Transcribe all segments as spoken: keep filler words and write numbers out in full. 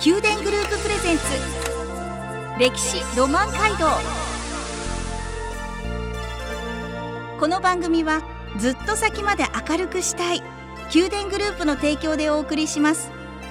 宮殿グループプレゼンツ歴史ロマン街道。この番組はずっと先まで明るくしたい宮殿グループの提供でお送りします。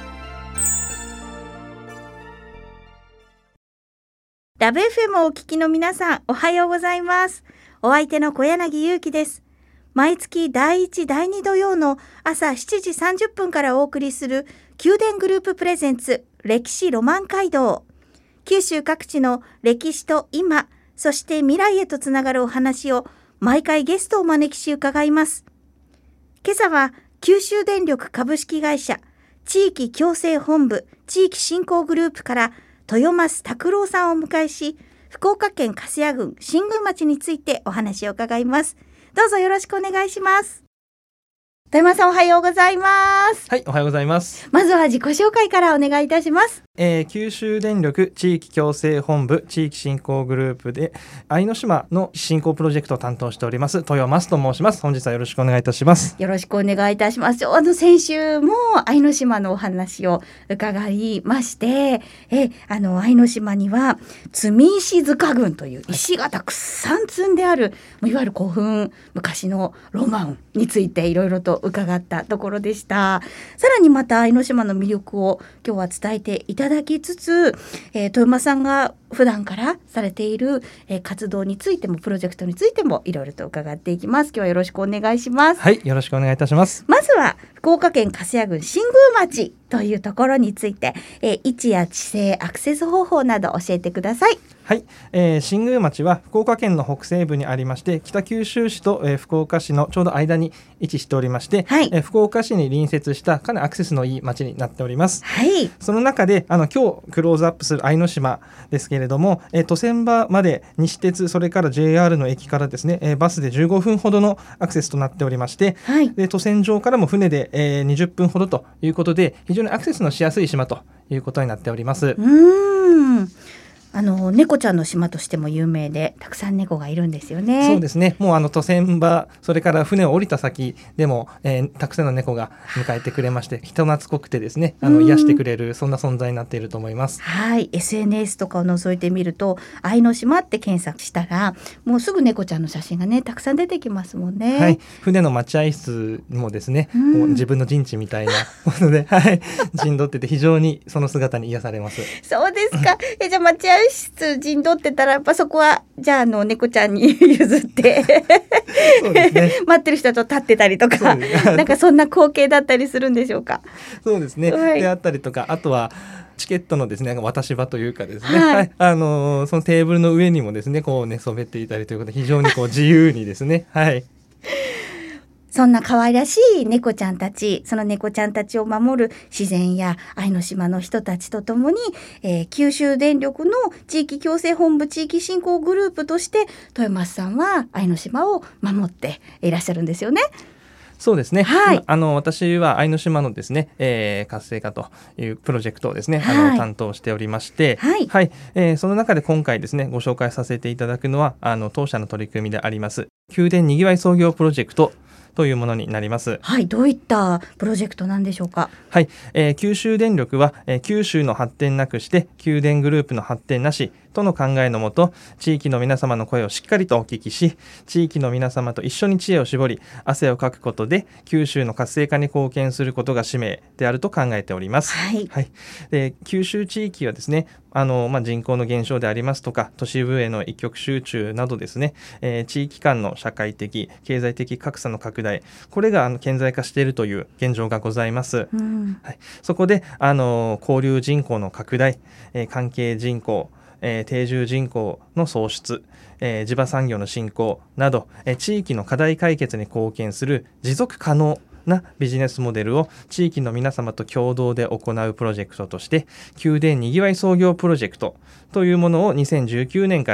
ラブ エフエム をお聞きの皆さん、おはようございます。お相手の小柳ゆうきです。毎月だいいち、だいに土曜の朝しちじさんじゅっぷんからお送りする宮殿グループプレゼンツ歴史ロマン街道。九州各地の歴史と今、そして未来へとつながるお話を毎回ゲストをお招きし伺います。今朝は九州電力株式会社地域共生本部地域振興グループから豊増拓郎さんをお迎えし、福岡県粕谷郡新宮町についてお話を伺います。どうぞよろしくお願いします。豊増さん、おはようございます。 はい、おはようございます。 まずは自己紹介からお願いいたします。 えー、九州電力地域共生本部地域振興グループで愛の島の振興プロジェクトを担当しております豊増と申します。本日はよろしくお願いいたします。 よろしくお願いいたします。あの先週も愛の島のお話を伺いまして、えあの愛の島には積石塚群という石がたくさん積んである、はい、いわゆる古墳昔のロマンについていろいろと伺ったところでした。さらにまた愛の島の魅力を今日は伝えていただきつつ、えー、豊増さんが普段からされている、えー、活動についてもプロジェクトについてもいろいろと伺っていきます。今日はよろしくお願いします。 はい、よろしくお願いいたします。 まずは福岡県粕谷郡新宮町というところについて、えー、位置や地勢、アクセス方法など教えてください。 はい、えー、新宮町は福岡県の北西部にありまして、北九州市と、えー、福岡市のちょうど間に位置しておりまして、はい、えー、福岡市に隣接したかなりアクセスのいい町になっております。 はい、 その中であの今日クローズアップする愛の島ですけれども、えー、都線場まで西鉄、それから ジェイアール の駅からですね、えー、バスでじゅうごふんほどのアクセスとなっておりまして、はい、で都線上からも船で、えー、にじゅっぷんほどということで、非常にアクセスのしやすい島ということになっております。 うーん、あの猫ちゃんの島としても有名で、たくさん猫がいるんですよね。 そうですね、もうあの都線場、それから船を降りた先でも、えー、たくさんの猫が迎えてくれまして、人懐っこくてですね、あの癒してくれる、そんな存在になっていると思います。 はい、エスエヌエス とかを覗いてみると、愛の島って検索したらもうすぐ猫ちゃんの写真がね、たくさん出てきますもんね。 はい、船の待合室もですね、こう自分の陣地みたいなもので、はい、陣取ってて、非常にその姿に癒されます。 そうですか。えじゃあ待合室陣取ってたら、やっぱそこはじゃあ、あの猫ちゃんに譲ってそうです、ね、待ってる人と立ってたりとか、なんかそんな光景だったりするんでしょうか。 そうですね、はい、であったりとか、あとはチケットのですね、渡し場というかですね、はいはい、あのー、そのテーブルの上にもですね、こう寝そべっていたりということで、非常にこう自由にですねはいそんな可愛らしい猫ちゃんたち、その猫ちゃんたちを守る自然や愛の島の人たちとともに、えー、九州電力の地域共生本部地域振興グループとして豊増さんは愛の島を守っていらっしゃるんですよね。 そうですね、 はい、 あの私は愛の島のですね、えー、活性化というプロジェクトをですね、はい、あの担当しておりまして、はいはい、えー、その中で今回ですねご紹介させていただくのは、あの当社の取り組みであります宮殿にぎわい創業プロジェクトというものになります。 はい、どういったプロジェクトなんでしょうか。 はい、えー、九州電力は、えー、九州の発展なくして宮殿グループの発展なしとの考えのもと、地域の皆様の声をしっかりとお聞きし、地域の皆様と一緒に知恵を絞り、汗をかくことで九州の活性化に貢献することが使命であると考えております。 はいはい、 で九州地域はですね、あの、まあ、人口の減少でありますとか、都市部への一極集中などですね、えー、地域間の社会的経済的格差の拡大、これがあの顕在化しているという現状がございます。うんはい、そこであの交流人口の拡大、えー、関係人口、えー、定住人口の創出、えー、地場産業の振興など、えー、地域の課題解決に貢献する持続可能なビジネスモデルを地域の皆様と共同で行うプロジェクトとして、宮殿にぎわい創業プロジェクトというものをにせんじゅうきゅうねんから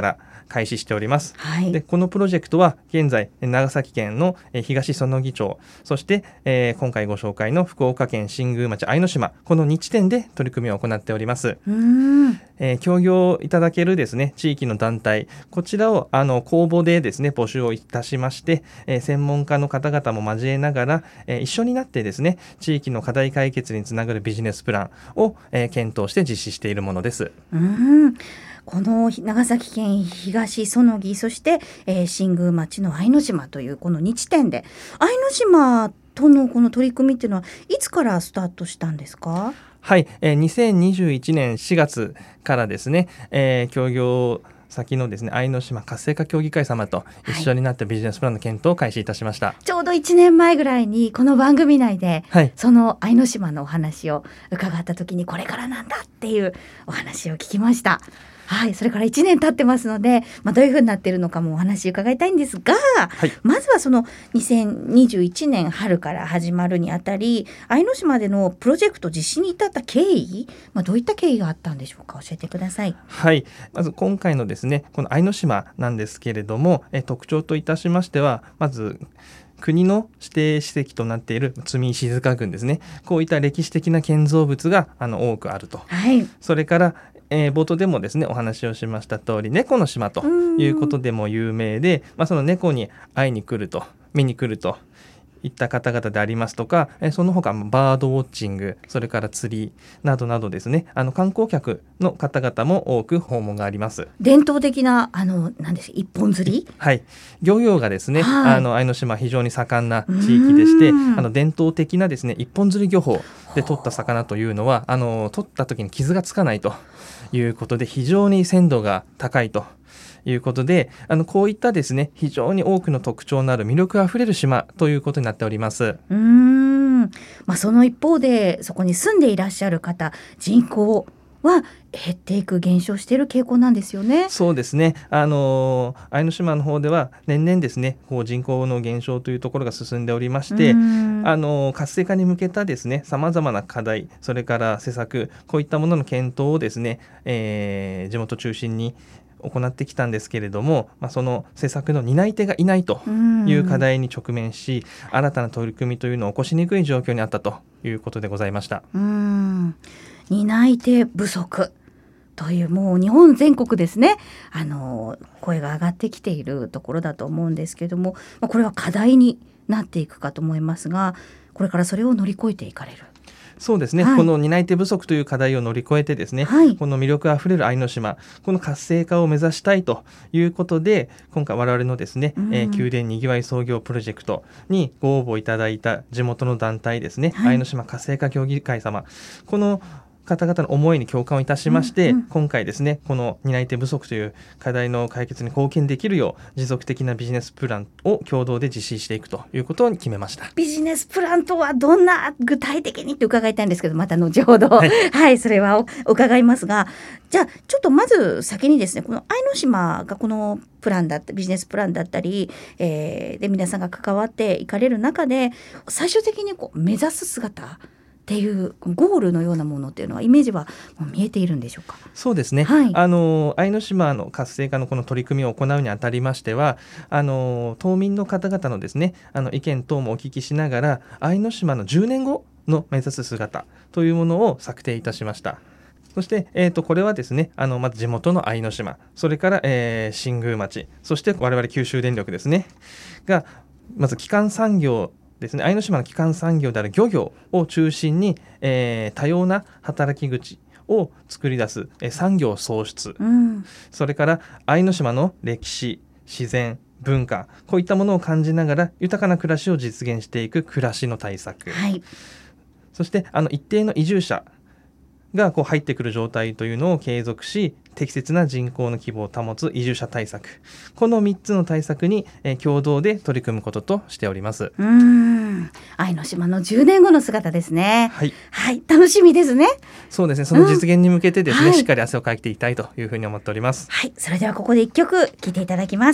開始しております。 はい、 でこのプロジェクトは現在長崎県の東園木町、そして、えー、今回ご紹介の福岡県新宮町相島、このに地点で取り組みを行っております。 うーん、 えー、協業いただけるですね地域の団体、こちらをあの公募でですね募集をいたしまして、えー、専門家の方々も交えながら、えー、一緒になってですね地域の課題解決につながるビジネスプランを、えー、検討して実施しているものです。 うーん、この長崎県東園木、そして、えー、新宮町の相島というこのに地点で、相島とのこの取り組みっていうのはいつからスタートしたんですか？ はい、えー、にせんにじゅういちねんしがつからですね、えー、協業先のですね相島活性化協議会様と一緒になってビジネスプランの検討を開始いたしました。はい、 ちょうどいちねんまえぐらいにこの番組内で、はい、その相島のお話を伺った時にこれからなんだっていうお話を聞きました。はい、それからいちねん経ってますので、まあ、どういうふうになっているのかもお話伺いたいんですが、はい、まずはそのにせんにじゅういちねん春から始まるにあたり、相島でのプロジェクト実施に至った経緯、まあ、どういった経緯があったんでしょうか？教えてください。 はい、まず今回のですねこの相島なんですけれども、え特徴といたしましては、まず国の指定史跡となっている積石塚群ですね、こういった歴史的な建造物があの多くあると、はい、それからえー、冒頭でもですねお話をしました通り、猫の島ということでも有名で、まあ、その猫に会いに来ると、見に来るといった方々でありますとか、えー、その他バードウォッチング、それから釣りなどなどですね、あの観光客の方々も多く訪問があります。 伝統的なあの何です一本釣り、 はい、漁業がですね、はい、あの相島非常に盛んな地域でして、あの伝統的なですね一本釣り漁法で取った魚というのはあの取った時に傷がつかないということで非常に鮮度が高いということで、あのこういったですね非常に多くの特徴のある魅力あふれる島ということになっております。 うーん、まあ、その一方でそこに住んでいらっしゃる方、人口は減っていく、減少している傾向なんですよね。 そうですね、あの相島の方では年々ですねこう人口の減少というところが進んでおりまして、あの活性化に向けたですねさまざまな課題、それから施策、こういったものの検討をですね、えー、地元中心に行ってきたんですけれども、まあ、その施策の担い手がいないという課題に直面し、新たな取り組みというのを起こしにくい状況にあったということでございました。 うーん、担い手不足という、もう日本全国ですね、あの声が上がってきているところだと思うんですけども、まあ、これは課題になっていくかと思いますが、これからそれを乗り越えていかれる。 そうですね、はい、この担い手不足という課題を乗り越えてですね、はい、この魅力あふれる相島、この活性化を目指したいということで、今回我々のですね、うんえー、宮殿にぎわい創業プロジェクトにご応募いただいた地元の団体ですね、はい、相島活性化協議会様、この方々の思いに共感をいたしまして、うんうん、今回ですねこの担い手不足という課題の解決に貢献できるよう持続的なビジネスプランを共同で実施していくということに決めました。 ビジネスプランとはどんな具体的にって伺いたいんですけど、また後ほど、はい、はい、それは伺いますが、じゃあちょっとまず先にですね、この相島がこのプランだったビジネスプランだったり、えー、で皆さんが関わっていかれる中で最終的にこう目指す姿っていうゴールのようなものっていうのはイメージはもう見えているんでしょうか？ そうですね、はい、あの相島の活性化のこの取り組みを行うにあたりましては、あの島民の方々のですねあの意見等もお聞きしながら、相島のじゅうねんごの目指す姿というものを策定いたしました。そして、えー、とこれはですねあのまず地元の相島、それから、えー、新宮町、そして我々九州電力ですねがまず基幹産業ですね、相島の基幹産業である漁業を中心に、えー、多様な働き口を作り出す、えー、産業創出、うん、それから相島の歴史、自然、文化、こういったものを感じながら豊かな暮らしを実現していく暮らしの対策、はい、そしてあの一定の移住者がこう入ってくる状態というのを継続し、適切な人口の規模を保つ移住者対策、このみっつの対策に、えー、共同で取り組むこととしております。 うーん、相島のじゅうねんごの姿ですね。 はい、 はい、楽しみですね。 そうですね、その実現に向けてですね、うんはい、しっかり汗をかいていきたいというふうに思っております。 はい、それではここでいっきょく聴いていただきます。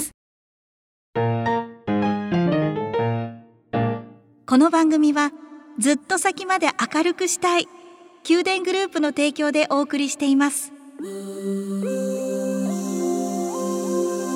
この番組はずっと先まで明るくしたい宮殿グループの提供でお送りしています。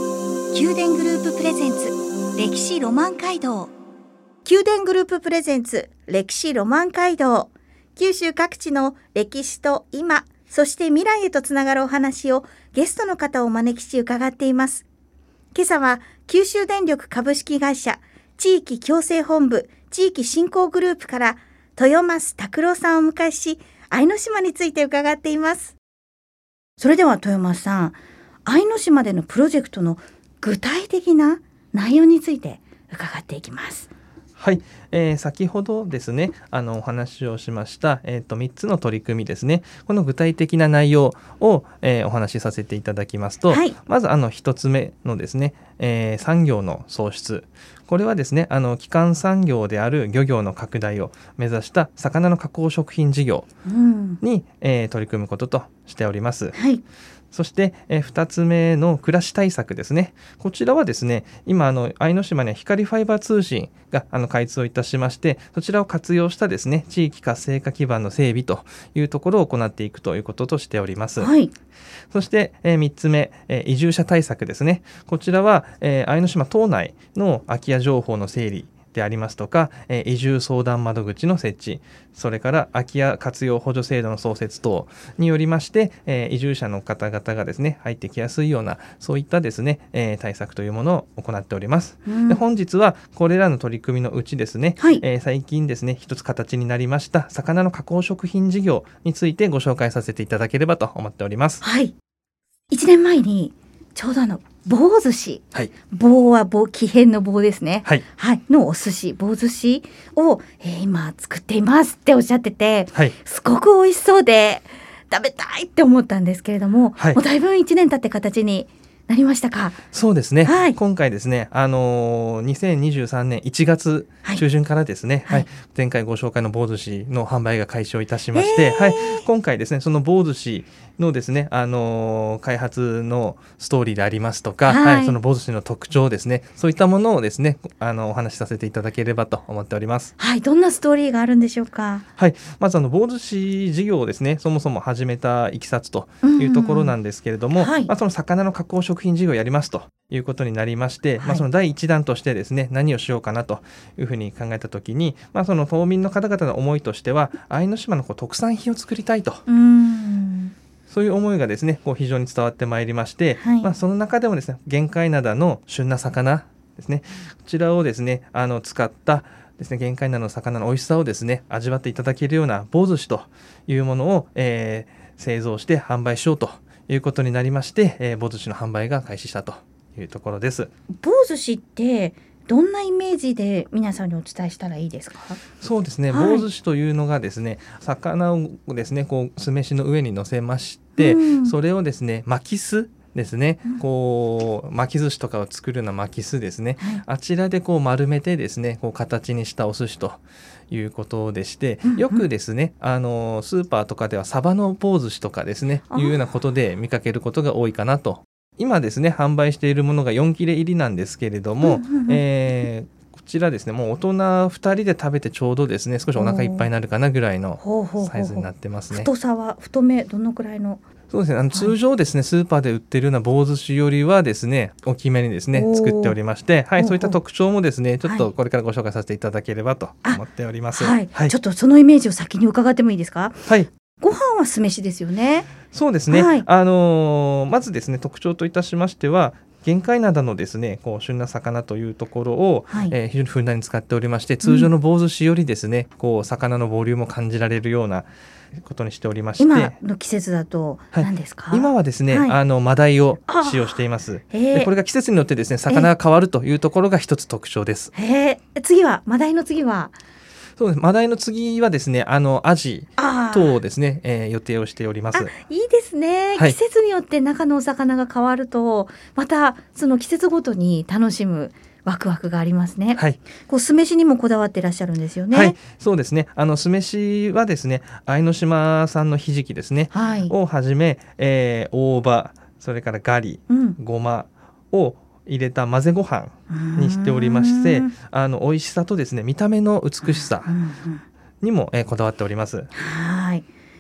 宮殿グループプレゼンツ歴史ロマン街道。宮殿グループプレゼンツ歴史ロマン街道。九州各地の歴史と今、そして未来へとつながるお話をゲストの方をお招きし伺っています。今朝は九州電力株式会社地域共生本部地域振興グループから豊増拓郎さんをお迎えし、愛の島について伺っています。それでは豊増さん、愛の島でのプロジェクトの具体的な内容について伺っていきます。 はい、えー、先ほどですねあのお話をしました、えー、とみっつの取り組みですね。この具体的な内容を、えー、お話しさせていただきますと、はい、まずあのひとつめのですね、えー、産業の創出。これはですねあの基幹産業である漁業の拡大を目指した魚の加工食品事業に、うんえー、取り組むこととしております。はい、そして、えー、ふたつめの暮らし対策ですね。こちらはですね今あの愛の島には光ファイバー通信があの開通をいたしまして、そちらを活用したですね地域活性化基盤の整備というところを行っていくということとしております。はい、そして、えー、みっつめ、えー、移住者対策ですね。こちらは、えー、愛の島島内の空き家情報の整理でありますとか、えー、移住相談窓口の設置、それから空き家活用補助制度の創設等によりまして、えー、移住者の方々がですね入ってきやすいようなそういったですね、えー、対策というものを行っております。うん、で本日はこれらの取り組みのうちですね、はいえー、最近ですね一つ形になりました魚の加工食品事業についてご紹介させていただければと思っております。 はい、いちねんまえにちょうどあの棒寿司、はい、棒は棒木片の棒ですね、はいはい、のお寿司棒寿司を、えー、今作っていますっておっしゃってて、はい、すごく美味しそうで食べたいって思ったんですけれども、はい、もうだいぶいちねん経って形になりましたか？ そうですね、はい、今回ですね、あのー、にせんにじゅうさんねんいちがつ中旬からですね、はいはい、前回ご紹介の棒寿司の販売が開始をいたしまして、はい、今回ですねその棒寿司のですね、あのー、開発のストーリーでありますとか、はいはい、その棒寿司の特徴ですね、そういったものをですねあのお話しさせていただければと思っております。 はい、どんなストーリーがあるんでしょうか？ はい、まずあの棒寿司事業をですねそもそも始めたいきさつというところなんですけれども、うんうんはいまあ、その魚の加工食品事業をやりますということになりまして、はいまあ、その第一弾としてですね何をしようかなというふうに考えたときに、まあ、その島民の方々の思いとしては愛の島のこう特産品を作りたいと、うんそういう思いがですねこう非常に伝わってまいりまして、はいまあ、その中でもですね玄界灘の旬な魚ですね、こちらをですねあの使ったですね玄界灘の魚の美味しさをですね味わっていただけるような棒寿司というものを、えー、製造して販売しようということになりまして、えー、棒寿司の販売が開始したというところです。 棒寿司ってどんなイメージで皆さんにお伝えしたらいいですか？ そうですね、はい、棒寿司というのがですね魚をですねこう酢飯の上に乗せまして、うん、それをですね巻き酢ですね、うん、こう巻き寿司とかを作るような巻き酢ですね、はい、あちらでこう丸めてですねこう形にしたお寿司ということでして、うんうん、よくですねあのスーパーとかではサバの棒寿司とかですねいうようなことで見かけることが多いかなと。今ですね販売しているものがよん切れ入りなんですけれども、うんうんうんえー、こちらですねもう大人ふたりで食べてちょうどですね少しお腹いっぱいになるかなぐらいのサイズになってますね。 太さは太めどのくらいの？ そうですね、あの通常ですね、はい、スーパーで売っているような棒寿司よりはですね大きめにですね作っておりまして、はい、そういった特徴もですねちょっとこれからご紹介させていただければと思っております。 はいはい、ちょっとそのイメージを先に伺ってもいいですか？はい、ご飯は酢飯ですよね。 そうですね、はいあのー、まずですね特徴といたしましては玄界灘のですねこう旬な魚というところを、はいえー、非常にふんだんに使っておりまして、通常の棒寿司よりですね、うん、こう魚のボリュームを感じられるようなことにしておりまして、 今の季節だと何ですか？ はい、今はですね、はい、あのマダイを使用しています。でこれが季節によってですね魚が変わるというところが一つ特徴です。 へー、次はマダイの次はそうです、マダイの次はですねあのアジ等をですね、えー、予定をしております。 いいですね、はい、季節によって中のお魚が変わるとまたその季節ごとに楽しむワクワクがありますね。はい、こう酢飯にもこだわっていらっしゃるんですよね。 はい、そうですね。あの酢飯はですね愛の島産のひじきですね、はい、をはじめ、えー、大葉それからガリ、うん、ごまを入れた混ぜご飯にしておりまして、あの美味しさとですね見た目の美しさにも、えー、こだわっております。 はい、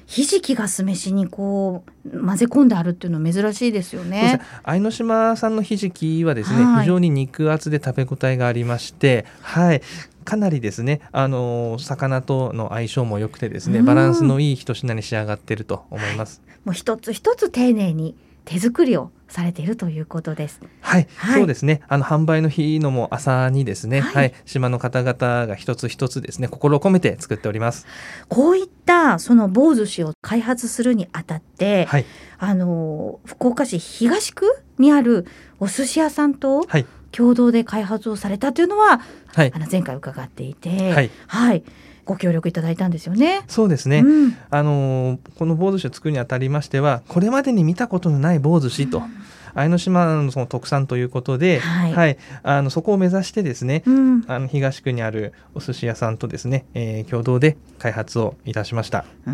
ひじきが酢飯にこう混ぜ込んであるっていうのは珍しいですよね。 相島産のひじきはですね、 はい、 非常に肉厚で食べ応えがありまして、はい、かなりですね、あの魚との相性も良くてですね、バランスのいい一品に仕上がっていると思います。 はい、もう一つ一つ丁寧に手作りをされているということです。 はい、はい、そうですね。あの販売の日のも朝にですね、はい、はい、島の方々が一つ一つですね、心を込めて作っております。 こういったその棒寿司を開発するにあたって、はい、あの福岡市東区にあるお寿司屋さんと共同で開発をされたというのは、はい、あの前回伺っていて、はい、はい、ご協力いただいたんですよね。 そうですね、うん、あのこの棒寿司を作るにあたりましては、これまでに見たことのない棒寿司と、うん、相島のその特産ということで、はいはい、あのそこを目指してですね、うん、あの東区にあるお寿司屋さんとですね、えー、共同で開発をいたしました。うん、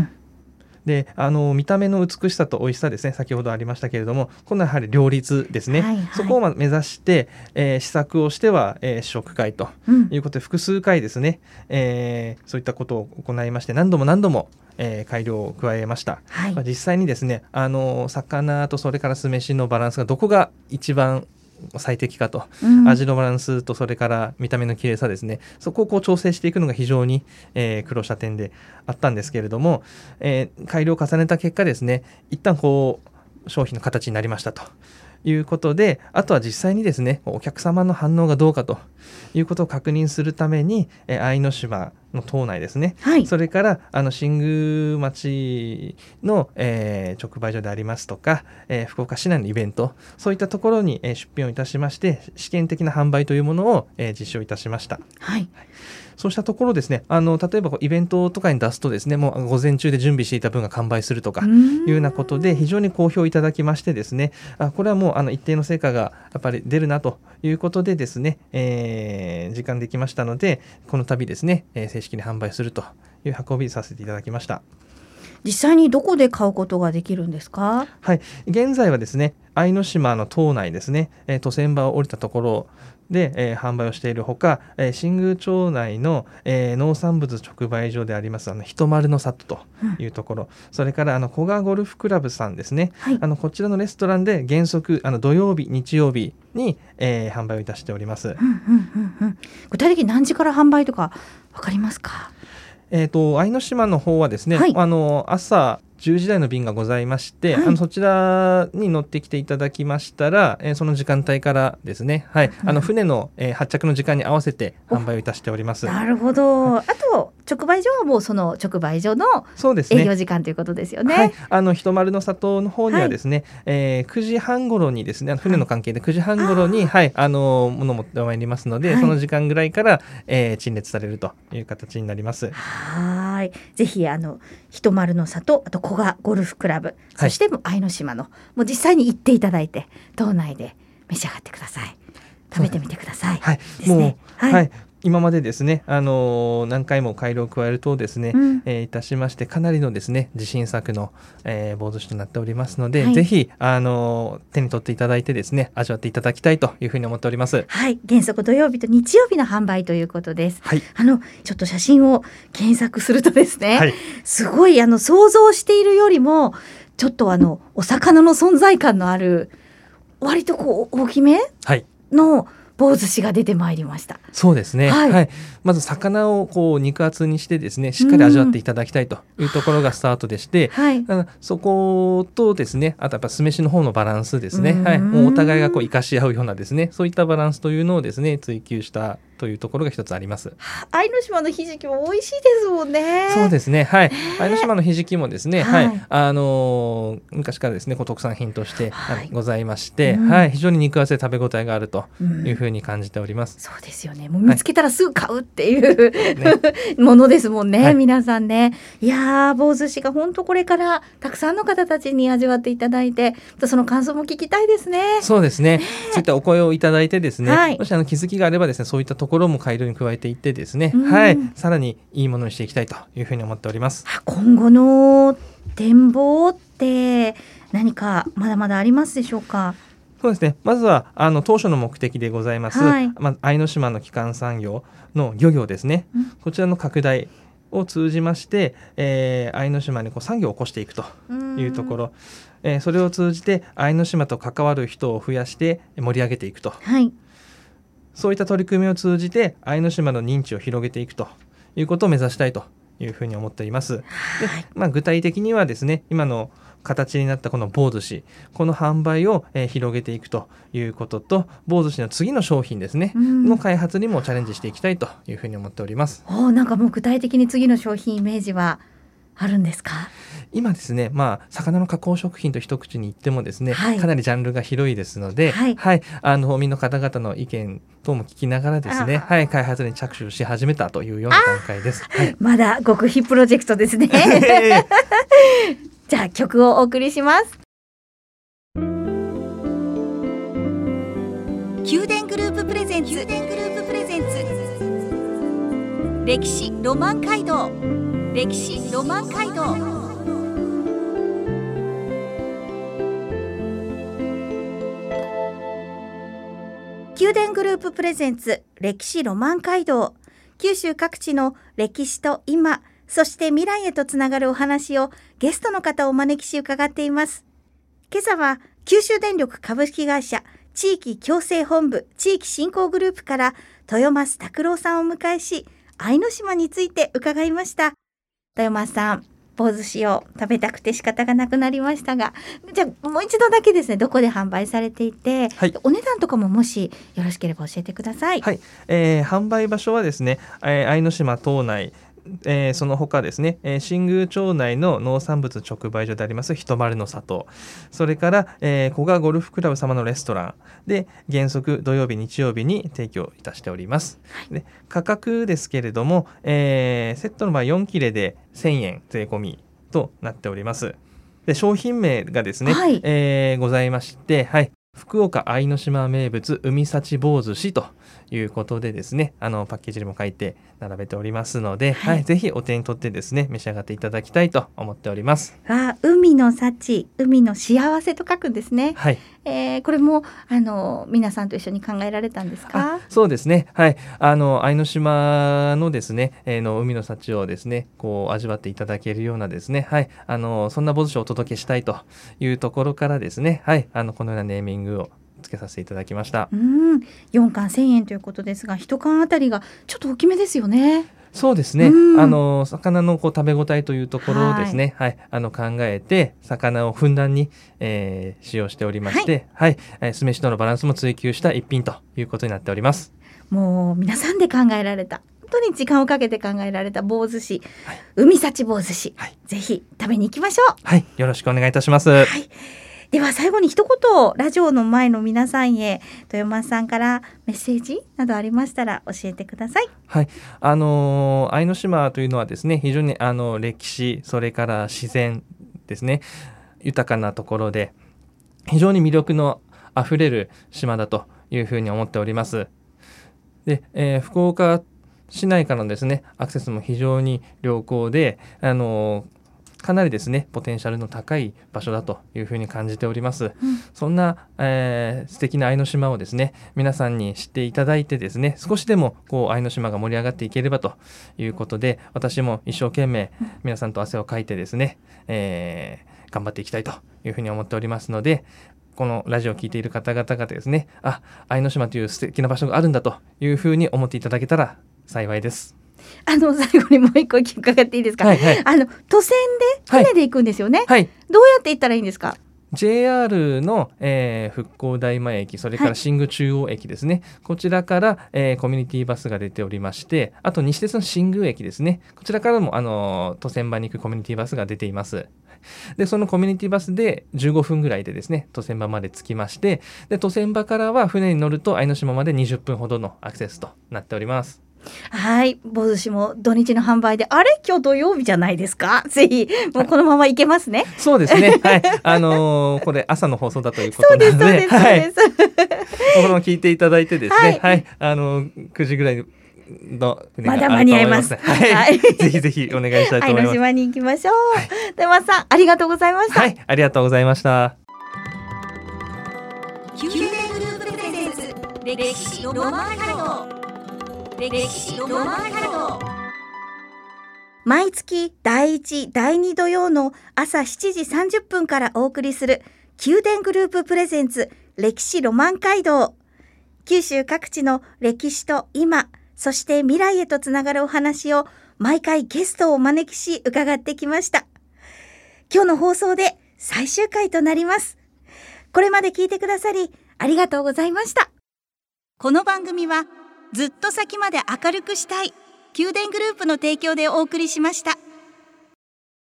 であの見た目の美しさと美味しさですね、先ほどありましたけれども、このやはり両立ですね、はいはい、そこを目指して、えー、試作をしては、えー、試食会ということで、うん、複数回ですね、えー、そういったことを行いまして、何度も何度も、えー、改良を加えました。はい、まあ、実際にですね、あの魚とそれから酢飯のバランスがどこが一番最適かと、うん、味のバランスとそれから見た目の綺麗さですね、そこをこう調整していくのが非常に、えー、苦労した点であったんですけれども、えー、改良を重ねた結果ですね、一旦こう商品の形になりましたということで、あとは実際にですね、お客様の反応がどうかということを確認するために、えー、相島の島内ですね、はい、それからあの新宮町の、えー、直売所でありますとか、えー、福岡市内のイベント、そういったところに、えー、出品をいたしまして、試験的な販売というものを、えー、実施をいたしました。はい、そうしたところですね、あの例えばこうイベントとかに出すとですね、もう午前中で準備していた分が完売するとかいうようなことで非常に好評いただきましてですね、あこれはもうあの一定の成果がやっぱり出るなということでですね、えー、時間できましたので、この度ですね、えー、正式に販売するという運びさせていただきました。 実際にどこで買うことができるんですか？ はい、現在はですね、相島の島内ですね、えー、都線場を降りたところで、えー、販売をしているほか、えー、新宮町内の、えー、農産物直売所でありますあのひとまるの里というところ、うん、それからあの古賀ゴルフクラブさんですね、はい、あのこちらのレストランで原則あの土曜日日曜日に、えー、販売をいたしております。うんうんうんうん、具体的に何時から販売とか分かりますか？ えーと、相島の方はですね、はい、あの朝じゅうじ台の便がございまして、はい、あのそちらに乗ってきていただきましたら、えー、その時間帯からですね、はい、うん、あの船の、えー、発着の時間に合わせて販売をいたしております。 なるほど、はい、あと直売所はもうその直売所の営業時間ということですよね。 はい、あのひとまるの里の方にはですね、はい、えー、くじはん頃にですね、船の関係でくじはん頃に、はいはい、あの物を持ってまいりますので、はい、その時間ぐらいから、えー、陳列されるという形になります。 はい、ぜひあのひとまるの里、あと古賀ゴルフクラブ、そして相島の、もう実際に行っていただいて島内で召し上がってください。食べてみてください。 はい、ですね、もう、はい、はい、今までですね、あのー、何回も改良を加えるとですね、うん、えー、いたしましてかなりのですね自信作の、えー、棒寿司となっておりますので、はい、ぜひ、あのー、手に取っていただいてですね味わっていただきたいというふうに思っております。 はい、原則土曜日と日曜日の販売ということです。はい、あのちょっと写真を検索するとですね、はい、すごいあの想像しているよりもちょっとあのお魚の存在感のある割とこう大きめの棒寿司が出てまいりました。 そうですね、はいはい、まず魚をこう肉厚にしてですねしっかり味わっていただきたいというところがスタートでして、はい、そことですね、あとやっぱ酢飯の方のバランスですね、はい、もうお互いがこう生かし合うようなですね、そういったバランスというのをですね追求したというところが一つあります。 相島のひじきも美味しいですもんね。 そうですね、はい、相島のひじきもですね、はいはい、あのー、昔からですねこう特産品として、はい、ございまして、うん、はい、非常に肉厚で食べ応えがあるというふうに感じております。 うん、そうですよね、もう見つけたらすぐ買うっていう、はい、ものですもんね、はい、皆さんね。いやー、棒寿司が本当これからたくさんの方たちに味わっていただいて、その感想も聞きたいですね。 そうですね、そういったお声をいただいてですね、はい、もしあの気づきがあればですねそういったところも改良に加えていってですね、はい、さらにいいものにしていきたいというふうに思っております。 今後の展望って何かまだまだありますでしょうか？ そうですね、まずはあの当初の目的でございます、はい、まあ、相島の基幹産業の漁業ですね、うん、こちらの拡大を通じまして、えー、愛島にこう産業を起こしていくというところ、えー、それを通じて愛島と関わる人を増やして盛り上げていくと、 はい、 そういった取り組みを通じて愛島の認知を広げていくということを目指したいというふうに思っています。で、まあ、具体的にはですね、今の形になったこの棒寿司、この販売を、えー、広げていくということと、棒寿司の次の商品ですね、うん、の開発にもチャレンジしていきたいというふうに思っております。 お、なんかもう具体的に次の商品イメージはあるんですか？ 今ですね、まあ、魚の加工食品と一口に言ってもですね、 はい、 かなりジャンルが広いですので、はいはい、あの島民の方々の意見等も聞きながらですね、はい、開発に着手し始めたというような段階です。はい、 まだ極秘プロジェクトですね。じゃあ曲をお送りします。宮殿グループプレゼンツ、宮殿グループプレゼンツ、歴史ロマン街道、歴史ロマン街道。宮殿グループプレゼンツ、歴史ロマン街道。九州各地の歴史と今、そして未来へとつながるお話をゲストの方をお招きし伺っています。今朝は九州電力株式会社地域共生本部地域振興グループから豊増拓郎さんをお迎えし、愛島について伺いました。豊増さん、棒寿司を食べたくて仕方がなくなりましたが、じゃあもう一度だけですね、どこで販売されていて、はい、お値段とかももしよろしければ教えてください。 はい、えー、販売場所はですね、えー、愛島島内、えー、その他ですね、えー、新宮町内の農産物直売所でありますひとまるの里、それから、えー、古賀ゴルフクラブ様のレストランで原則土曜日日曜日に提供いたしております。はい、で価格ですけれども、えー、セットの場合よん切れでせんえん税込みとなっております。で商品名がですね、はい、えー、ございまして、はい、福岡愛島名物海幸棒寿司ということでですね、あのパッケージにも書いて並べておりますので、はいはい、ぜひお手に取ってですね召し上がっていただきたいと思っております。 あ、海の幸、海の幸せと書くんですね。 はい、 えー、これもあの皆さんと一緒に考えられたんですか？ そうですね、はい、あの愛島のですね、えー、の海の幸をですねこう味わっていただけるようなですね、はい、あのそんな棒寿司をお届けしたいというところからですね、はい、あのこのようなネーミングをつけさせていただきました。 うん、よんかんせんえんということですが、いっかんあたりがちょっと大きめですよね。 そうですね、うん、あの魚のこう食べ応えというところをですね、はいはい、あの考えて魚をふんだんに、えー、使用しておりまして、はいはい、酢飯とのバランスも追求した一品ということになっております。 もう皆さんで考えられた、本当に時間をかけて考えられた棒寿司、はい、海幸棒寿司、はい、ぜひ食べに行きましょう。 はい、よろしくお願いいたします。 はい、では最後に一言ラジオの前の皆さんへ豊増さんからメッセージなどありましたら教えてください。 はい、あのー、愛島というのはですね、非常にあの歴史、それから自然ですね、豊かなところで非常に魅力のあふれる島だというふうに思っております。で、えー、福岡市内からのですねアクセスも非常に良好で、あのーかなりですねポテンシャルの高い場所だというふうに感じております。うん、そんな、えー、素敵な愛島をですね皆さんに知っていただいてですね、少しでもこう愛島が盛り上がっていければということで、私も一生懸命皆さんと汗をかいてですね、えー、頑張っていきたいというふうに思っておりますので、このラジオを聞いている方々がですね、あ、愛島という素敵な場所があるんだというふうに思っていただけたら幸いです。 あの最後にもう一個伺っていいですか？はいはい、あの都線で船で行くんですよね。はい、どうやって行ったらいいんですか？ ジェイアール の、えー、復興大前駅、それから新宮中央駅ですね、はい、こちらから、えー、コミュニティバスが出ておりまして、あと西鉄の新宮駅ですね、こちらからもあの都線場に行くコミュニティバスが出ています。でそのコミュニティバスでじゅうごふんぐらいでですね都線場まで着きまして、で都線場からは船に乗ると愛島までにじゅっぷんほどのアクセスとなっております。 はい、棒寿司も土日の販売で、あれ今日土曜日じゃないですか、ぜひもうこのままいけますね。 そうですね、はい、あのー、これ朝の放送だということなので、そうですそうですそうです、はい、このまま聞いていただいてですね、はいはい、あのー、くじぐらいのまだ間に合います。 はいはい、ぜひぜひお願いしたいと思います。 愛島に行きましょう。はい、豊増さんありがとうございました。 はい、ありがとうございました。 宮殿グループプレゼンツ歴史ロマン街道、歴史ロマン街道。 毎月だいいち、だいに土曜の朝しちじさんじゅっぷんからお送りする宮殿グループプレゼンツ歴史ロマン街道。九州各地の歴史と今、そして未来へとつながるお話を毎回ゲストをお招きし伺ってきました。今日の放送で最終回となります。これまで聞いてくださりありがとうございました。この番組はずっと先まで明るくしたい宮殿グループの提供でお送りしました。